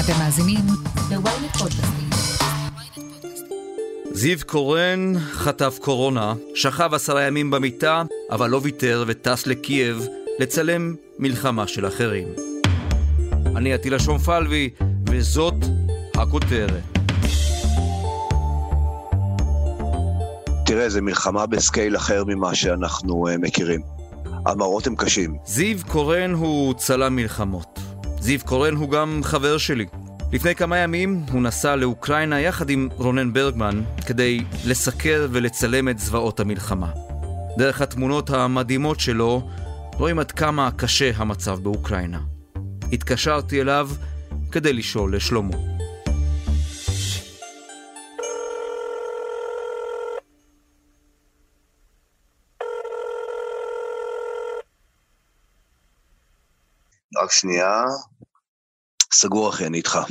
אתם מאזינים ל-ynet פודקאסטים. זיו קורן חטף קורונה, שכב 10 ימים במיטה, אבל לא ויתר וטס לקייב לצלם מלחמה של אחרים. אני עטילה שומפלבי, וזאת הכותרת. תראה, זה מלחמה בסקייל אחר ממה שאנחנו מכירים. המראות הם קשים. זיו קורן הוא צלם מלחמות. זיו קורן הוא גם חבר שלי. לפני כמה ימים הוא נסע לאוקראינה יחד עם רונן ברגמן כדי לסקר ולצלם את זוועות המלחמה. דרך התמונות המדהימות שלו רואים עד כמה קשה המצב באוקראינה. התקשרתי אליו כדי לשאול לשלומו. רק שנייה. סגור אחי, אני איתך.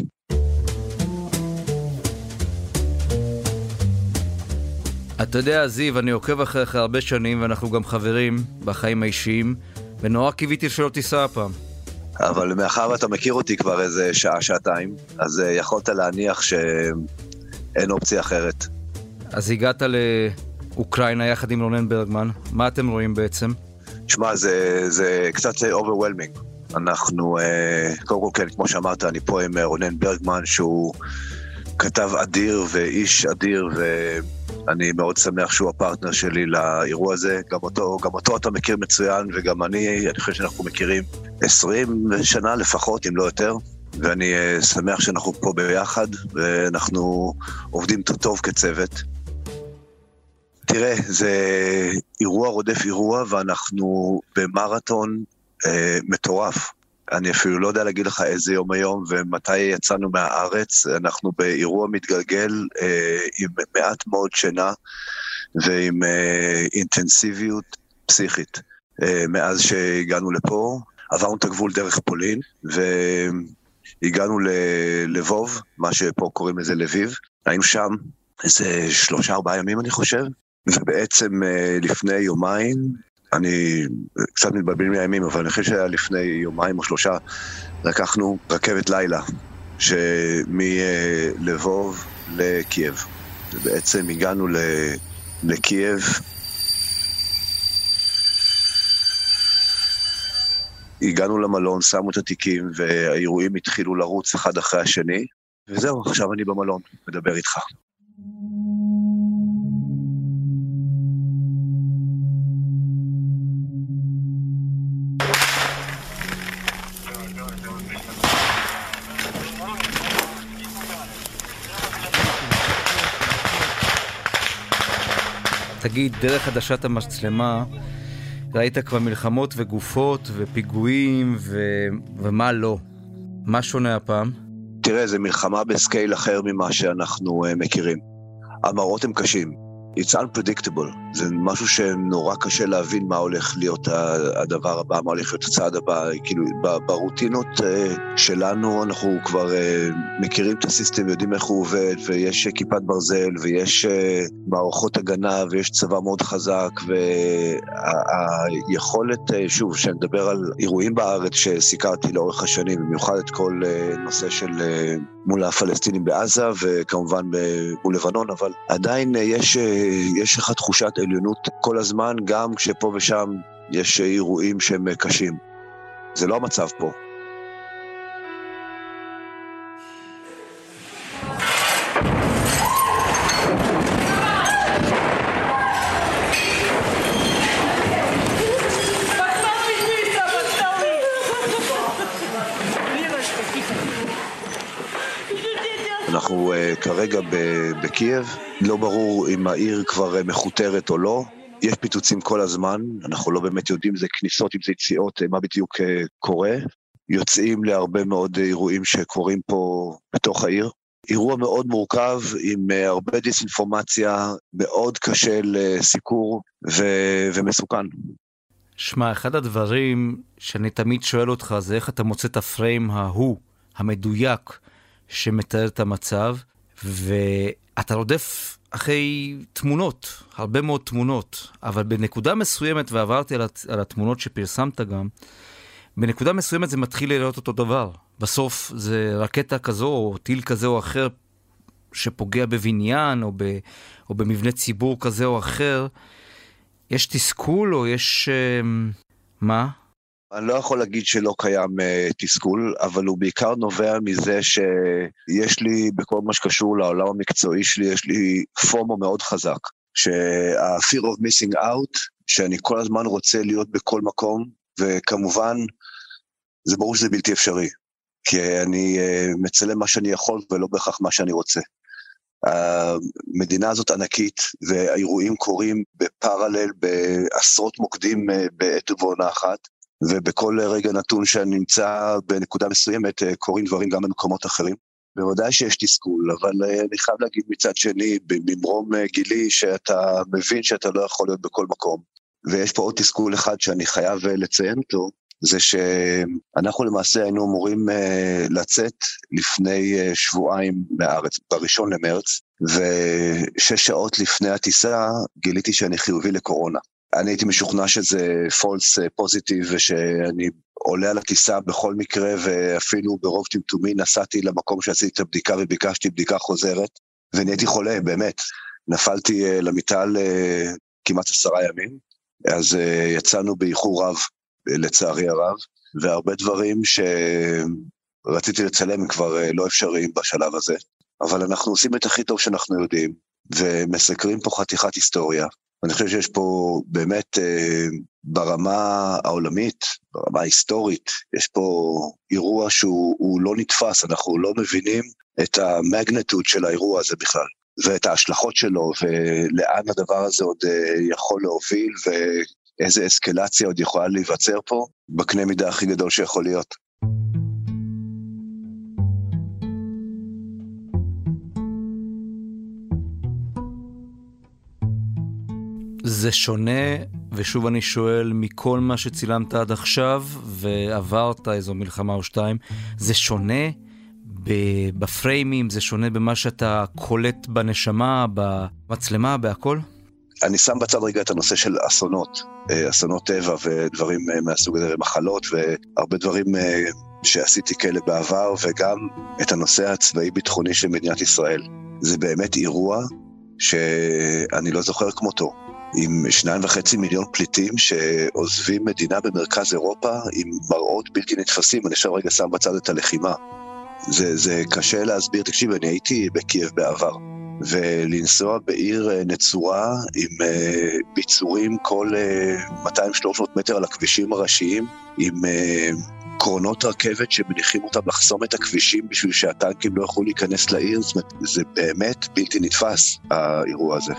אתה יודע, זיו, אני עוקב אחריך הרבה שנים ואנחנו גם חברים בחיים האישיים, ונורא קיוויתי שלא תיסע הפעם. אבל מאחר ואתה מכיר אותי כבר איזה שעה, שעתיים, אז יכולת להניח שאין אופציה אחרת. אז הגעת לאוקראינה יחד עם רונן ברגמן. מה אתם רואים בעצם? שמע, זה קצת overwhelming. אנחנו, קודם כל כן, כמו שאמרת, אני פה עם רונן ברגמן, שהוא כתב אדיר ואיש אדיר, ואני מאוד שמח שהוא הפרטנר שלי לאירוע הזה. גם אותו אתה מכיר מצוין, וגם אני חושב שאנחנו מכירים 20 שנה לפחות, אם לא יותר, ואני שמח שאנחנו פה ביחד, ואנחנו עובדים טוב כצוות. תראה, זה אירוע רודף אירוע, ואנחנו במרתון מטורף. אני אפילו לא יודע להגיד לך איזה יום היום ומתי יצאנו מהארץ. אנחנו באירוע מתגלגל עם מעט מאוד שינה ועם אינטנסיביות פסיכית. מאז שהגענו לפה, עברנו את הגבול דרך פולין והגענו ללבוב, מה שפה קוראים לזה לביב. היינו שם איזה 3-4 ימים אני חושב, ובעצם לפני יומיים, אני קצת מתבלבל מהימים, אבל אני חושב שהיה לפני 2 או 3 לקחנו רכבת לילה שמלבוב לקייב. ובעצם הגענו לקייב, הגענו למלון, שמו את התיקים והאירועים התחילו לרוץ אחד אחרי השני, וזהו, עכשיו אני במלון, מדבר איתך. תגיד, דרך עדשת המצלמה ראית כבר מלחמות וגופות ופיגועים ומה לא? מה שונה הפעם? תראה, זה מלחמה בסקייל אחר ממה שאנחנו מכירים. המראות הם קשים. It's unpredictable. זה משהו שנורא קשה להבין מה הולך להיות הדבר הבא, מה הולך להיות הצעד הבא. כאילו, ברוטינות שלנו אנחנו כבר מכירים את הסיסטם, יודעים איך הוא עובד, ויש כיפת ברזל, ויש מערכות הגנה, ויש צבא מאוד חזק, והיכולת, שוב, שאני מדבר על אירועים בארץ שסיקרתי לאורך השנים, במיוחד את כל נושא של מול הפלסטינים בעזה, וכמובן מול לבנון, אבל עדיין יש לך תחושת עליונות כל הזמן, גם כשפה ושם יש אירועים שהם קשים. זה לא המצב פה. אנחנו כרגע בקייב, לא ברור אם העיר כבר מחותרת או לא, יש פיצוצים כל הזמן, אנחנו לא באמת יודעים אם זה כניסות, אם זה יציאות, מה בדיוק קורה, יוצאים להרבה מאוד אירועים שקורים פה בתוך העיר, אירוע מאוד מורכב עם הרבה דיסאינפורמציה, מאוד קשה לסיקור ומסוכן. שמע, אחד הדברים שאני תמיד שואל אותך זה איך אתה מוצא את הפריים המדויק שמתאר את המצב, ואתה רודף אחרי תמונות, הרבה מאוד תמונות, אבל בנקודה מסוימת, ועברתי על התמונות שפרסמת גם, בנקודה מסוימת זה מתחיל לראות אותו דבר. בסוף זה רקטה כזו או טיל כזה או אחר שפוגע בבניין או במבנה ציבור כזה או אחר, יש תסכול או יש... מה? אני לא יכול להגיד שלא קיים תסכול, אבל הוא בעיקר נובע מזה שיש לי, בכל מה שקשור לעולם המקצועי שלי, יש לי פומו מאוד חזק, שה-fear of missing out, שאני כל הזמן רוצה להיות בכל מקום, וכמובן, זה ברור שזה בלתי אפשרי, כי אני מצלם מה שאני יכול ולא בהכרח מה שאני רוצה. המדינה הזאת ענקית, והאירועים קורים בפרלל, בעשרות מוקדים בעת ובעונה אחת, ובכל רגע נתון שאני נמצא בנקודה מסוימת, קורים דברים גם במקומות אחרים. בוודאי שיש תסכול, אבל אני חייב להגיד מצד שני, בממרום גילי, שאתה מבין שאתה לא יכול להיות בכל מקום. ויש פה עוד תסכול אחד שאני חייב לציין אותו, זה שאנחנו למעשה היינו אמורים לצאת לפני שבועיים מהארץ, בראשון למרץ, ו6 שעות לפני הטיסה גיליתי שאני חיובי לקורונה. אני הייתי משוכנע שזה false positive, ושאני עולה על הטיסה בכל מקרה, ואפילו ברוב טמטומי נסעתי למקום שעשיתי את הבדיקה, וביקשתי בדיקה חוזרת, ונהייתי חולה, באמת. נפלתי למיטה כמעט 10 ימים, אז יצאנו באיחור רב, לצערי הרב, והרבה דברים שרציתי לצלם כבר לא אפשריים בשלב הזה, אבל אנחנו עושים את הכי טוב שאנחנו יודעים, ומסקרים פה חתיכת היסטוריה. אני חושב שיש פה באמת ברמה העולמית, ברמה ההיסטורית, יש פה אירוע שהוא לא נתפס, אנחנו לא מבינים את המגנטוד של האירוע הזה בכלל, ואת ההשלכות שלו, ולאן הדבר הזה עוד יכול להוביל, ואיזה אסקלציה עוד יכולה להיווצר פה, בקנה מידה הכי גדול שיכול להיות. זה שונה, ושוב אני שואל, מכל מה שצילמת עד עכשיו, ועברת איזו מלחמה או שתיים, זה שונה בפריימים, זה שונה במה שאתה קולט בנשמה, במצלמה, בהכל? אני שם בצד רגע את הנושא של אסונות, אסונות טבע ודברים מהסוג הזה, ומחלות, והרבה דברים שעשיתי כאלה בעבר, וגם את הנושא הצבאי-ביטחוני של מדינת ישראל. זה באמת אירוע שאני לא זוכר כמותו. עם 2.5 מיליון פליטים שעוזבים מדינה במרכז אירופה עם מראות בלתי נתפסים. אני עכשיו רגע שם בצד את הלחימה. זה קשה להסביר. תקשיב, אני הייתי בקייב בעבר, ולנסוע בעיר נצורה עם ביצורים כל 200-300 מטר על הכבישים הראשיים, עם קרונות רכבת שמניחים אותם לחסום את הכבישים בשביל שהטנקים לא יכולו להיכנס לעיר. זאת אומרת, זה באמת בלתי נתפס, האירוע הזה.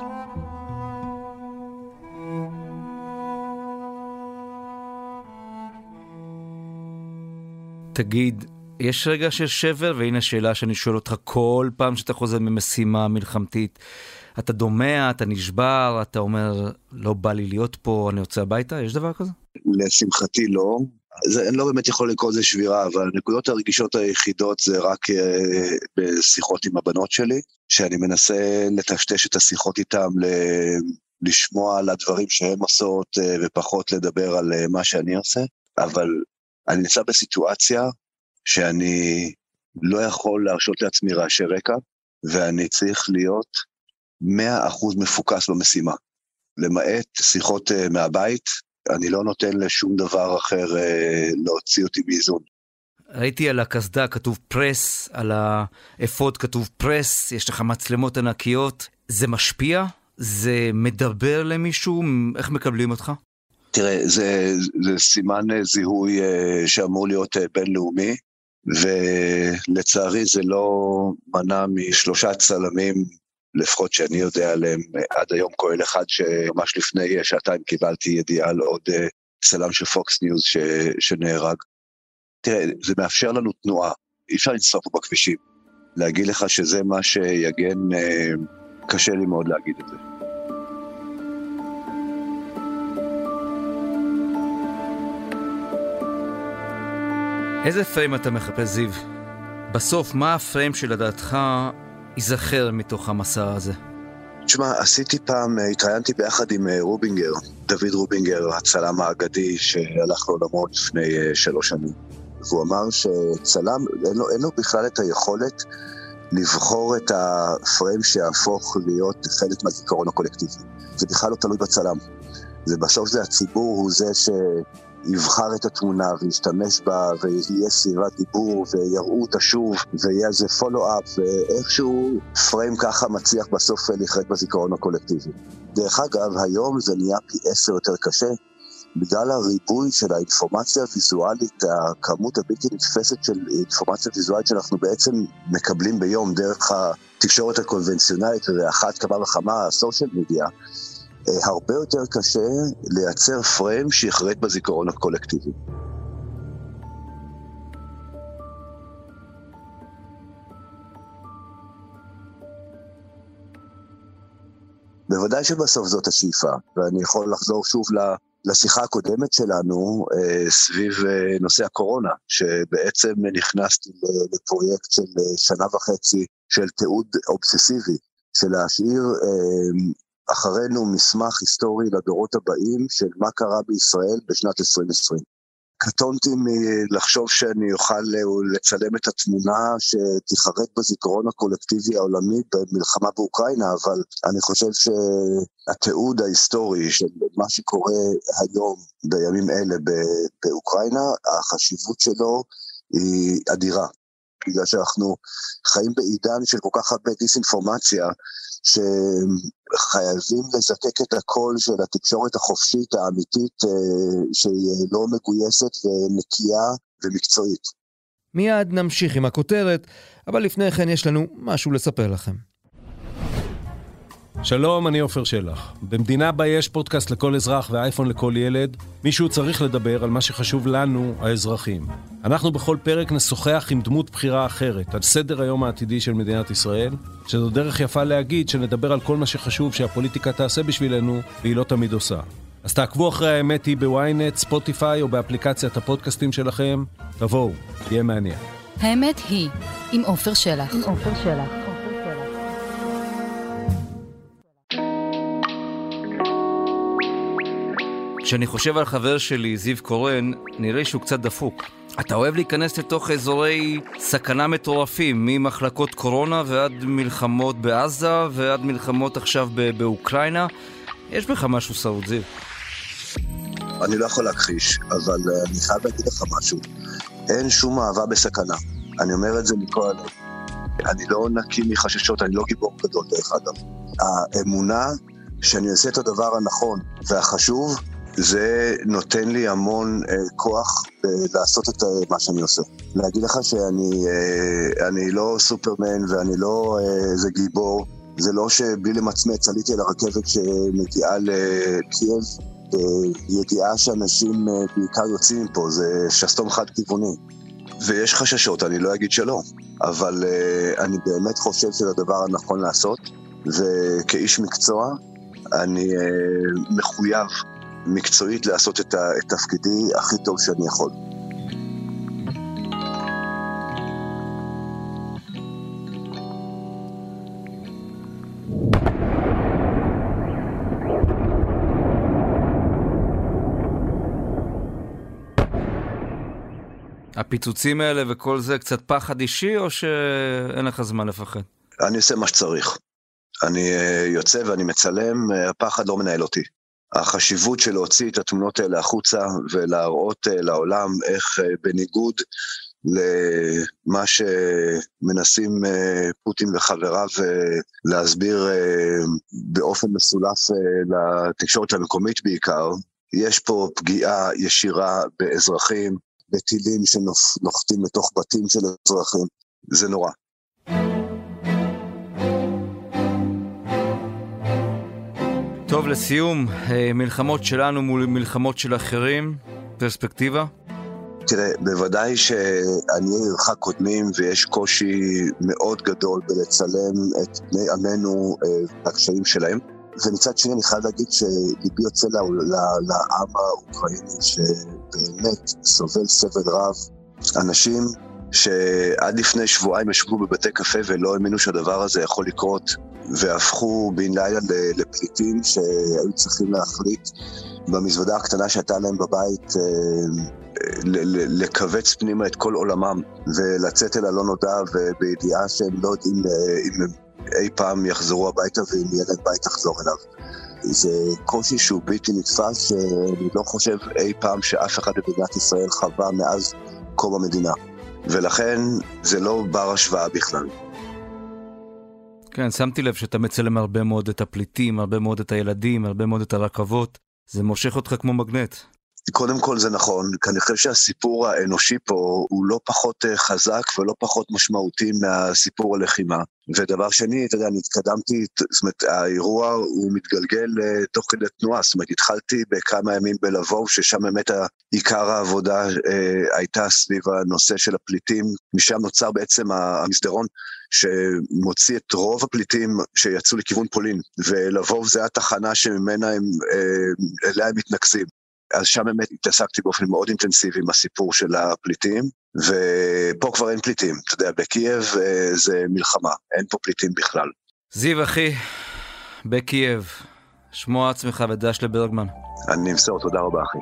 תגיד, יש רגע של שבר, והנה שאלה שאני שואל אותך כל פעם שאתה חוזר ממשימה מלחמתית, אתה דומע, אתה נשבר, אתה אומר, לא בא לי להיות פה, אני יוצא הביתה, יש דבר כזה? לשמחתי לא. אני לא באמת יכול לקרוא זה שבירה, אבל הנקודות הרגישות היחידות זה רק בשיחות עם הבנות שלי, שאני מנסה לטשטש את השיחות איתם, לשמוע על הדברים שהם עושות, ופחות לדבר על מה שאני עושה, אבל אני נמצא בסיטואציה שאני לא יכול להרשות לעצמי רעשי רקע, ואני צריך להיות 100% מפוקס במשימה. למעט שיחות מהבית, אני לא נותן לשום דבר אחר להוציא אותי באיזון. ראיתי על הקסדה כתוב פרס, על האפוד כתוב פרס, יש לך מצלמות ענקיות. זה משפיע? זה מדבר למישהו? איך מקבלים אותך? תראה, זה סימן זיהוי שאמור להיות בינלאומי, ולצערי זה לא מנע מ3 צלמים, לפחות שאני יודע עליהם, עד היום כהל אחד שממש לפני 2 שעתיים קיבלתי ידיעה על עוד צלם של פוקס ניוז שנהרג. תראה, זה מאפשר לנו תנועה, אי אפשר לנסוע פה בכבישים. להגיד לך שזה מה שיגן, קשה לי מאוד להגיד את זה. איזה פריים אתה מחפש, זיו? בסוף, מה הפריים שלדעתך ייזכר מתוך המסע הזה? תשמע, עשיתי פעם, התראיינתי ביחד עם רובינגר, דוד רובינגר, הצלם האגדי שהלך לעולמו לפני 3 שנים. והוא אמר שצלם, אין לו בכלל את היכולת לבחור את הפריים שיהפוך להיות חלק מהזיכרון הקולקטיבי. זה בכלל לא תלוי בצלם. בסוף זה הציבור, הוא זה שיבחר את התמונה וישתמש בה, ויהיה סביבת דיבור, ויראו אותה שוב, ויהיה איזה פולו-אפ, ואיכשהו פריים ככה מצליח בסוף לחלק בזיכרון הקולקטיבי. דרך אגב, היום זה נהיה פי 10 יותר קשה, בגלל הריבוי של האינפורמציה הוויזואלית, הכמות הבלתי נתפסת של אינפורמציה ויזואלית שאנחנו בעצם מקבלים ביום דרך התקשורת הקונבנציונלית, ואחת כמה וכמה הסושיאל מדיה, הרבה יותר קשה לייצר פריים שיחרט בזיכרון הקולקטיבי. בוודאי שבסוף זאת השאיפה, ואני יכול לחזור שוב לשיחה הקודמת שלנו סביב נושא הקורונה, שבעצם נכנסתי לפרויקט של 1.5 שנה של תיעוד אובססיבי, של להשאיר אחרינו מסמך היסטורי לדורות הבאים של מה קרה בישראל בשנת 2020. קטונתי מלחשוב שאני אוכל לצלם את התמונה שתיחרט בזיכרון הקולקטיבי העולמי במלחמה באוקראינה, אבל אני חושב שהתיעוד ההיסטורי של מה שקורה היום בימים אלה באוקראינה, החשיבות שלו היא אדירה. בגלל שאנחנו חיים בעידן של כל כך הרבה דיסאינפורמציה, שחייבים לזקק את הקול של התקשורת החופשית האמיתית, שהיא לא מגויסת ונקייה ומקצועית. מיד נמשיך עם הכותרת, אבל לפני כן יש לנו משהו לספר לכם. שלום, אני עופר שלח. במדינה בה יש פודקאסט לכל אזרח ואייפון לכל ילד, מישהו צריך לדבר על מה שחשוב לנו, האזרחים. אנחנו בכל פרק נשוחח עם דמות בחירה אחרת, על סדר היום העתידי של מדינת ישראל, שזו דרך יפה להגיד שנדבר על כל מה שחשוב שהפוליטיקה תעשה בשבילנו, והיא לא תמיד עושה. אז תעקבו אחרי האמת היא בוויינט, ספוטיפיי או באפליקציית הפודקאסטים שלכם. תבואו, תהיה מעניין. האמת היא, עם עופר שלח. כשאני חושב על חבר שלי, זיו קורן, נראה שהוא קצת דפוק. אתה אוהב להיכנס לתוך אזורי סכנה מטורפים, ממחלקות קורונה ועד מלחמות בעזה ועד מלחמות עכשיו באוקראינה. יש בך משהו סעוד, זיו? אני לא יכול להכחיש, אבל אני חייב להגיד לך משהו. אין שום אהבה בסכנה. אני אומר את זה מכל הלב. אני לא נקי מחששות, אני לא גיבור גדול דרך אגב. האמונה שאני אעשה את הדבר הנכון והחשוב, זה נותן לי המון כוח לעשות את מה שאני עושה. להגיד לך שאני לא סופרמן ואני לא איזה גיבור, זה לא שבלי למצמץ עליתי על הרכבת שמגיעה לקייב, ידיעה שאנשים בעיקר יוצאים פה, זה שסתום חד כיווני. ויש חששות, אני לא אגיד שלא, אבל אני באמת חושב שזה הדבר הנכון לעשות, וכאיש מקצוע אני מחויב מקצועית לעשות את תפקידי הכי טוב שאני יכול. הפיצוצים האלה וכל זה קצת פחד אישי, או שאין לך זמן לפחד? אני עושה מה שצריך. אני יוצא ואני מצלם, הפחד לא מנהל אותי. החשיבות של להוציא את התמונות האלה החוצה ולהראות לעולם איך בניגוד למה שמנסים פוטין וחבריו להסביר באופן מסולף לתקשורת המקומית בעיקר, יש פה פגיעה ישירה באזרחים, בטילים שנוחתים לתוך בתים של אזרחים. זה נורא. טוב, לסיום, מלחמות שלנו מול מלחמות של אחרים, פרספקטיבה? תראה, בוודאי שאני עירך קודמים ויש קושי מאוד גדול בלצלם את בני עמנו והקשיים שלהם. ומצד שני אני חייב להגיד שליבי יוצא לעם האוקראיני שבאמת סובל סבל רב. אנשים שעד לפני שבועיים ישבו בבתי קפה ולא האמינו שהדבר הזה יכול לקרות, והפכו בן לילה לפליטים שהיו צריכים להחליט במזוודה הקטנה שהייתה להם בבית, לקבץ פנימה את כל עולמם, ולצאת אל הלא נודע, ובידיעה שהם לא יודעים אם הם אי פעם יחזרו הביתה, ואם יהיה להם בית לחזור אליו. זה קושי שהוא בלתי נתפס, שאני לא חושב אי פעם שאף אחד במדינת ישראל חווה מאז קום המדינה. ולכן זה לא בר השוואה בכלל. כן, שמתי לב שאתה מצלם הרבה מאוד את הפליטים, הרבה מאוד את הילדים, הרבה מאוד את הרכבות. זה מושך אותך כמו מגנט. קודם כל זה נכון, כי אני חושב שהסיפור האנושי פה הוא לא פחות חזק ולא פחות משמעותי מהסיפור הלחימה. ודבר שני, אתה יודע, אני התקדמתי, זאת אומרת, האירוע הוא מתגלגל תוך כדי תנועה, זאת אומרת, התחלתי בכמה ימים בלבוב, ששם באמת עיקר העבודה הייתה סביב הנושא של הפליטים, משם נוצר בעצם המסדרון, שמוציא את רוב הפליטים שיצאו לכיוון פולין, ולבוב זה התחנה שממנה אליה הם מתנקזים. אז שם באמת התעסקתי באופן מאוד אינטנסיבי עם הסיפור של הפליטים, ופה כבר אין פליטים, אתה יודע, בקייב זה מלחמה, אין פה פליטים בכלל. זיו אחי, בקייב, שמוע עצמך ודש לברגמן. אני נמסור, תודה רבה אחי.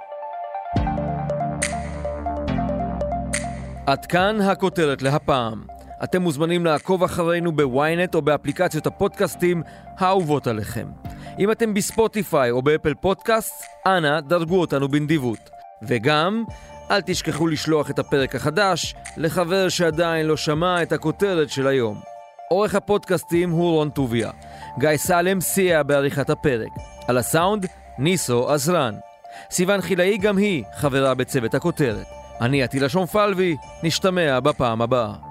עד כאן הכותרת להפעם. אתם מוזמנים לעקוב אחרינו בוויינט או באפליקציות הפודקאסטים האהובות עליכם. אם אתם בספוטיפיי או באפל פודקאסט, אנא דרגו אותנו בנדיבות. וגם, אל תשכחו לשלוח את הפרק החדש לחבר שעדיין לא שמע את הכותרת של היום. עורך הפודקאסטים הוא רון טוביה. גיא סלם סייע בעריכת הפרק. על הסאונד, ניסו עזרן. סיוון חילאי גם היא חברה בצוות הכותרת. אני עטילה שומפלבי, נשתמע בפעם הבאה.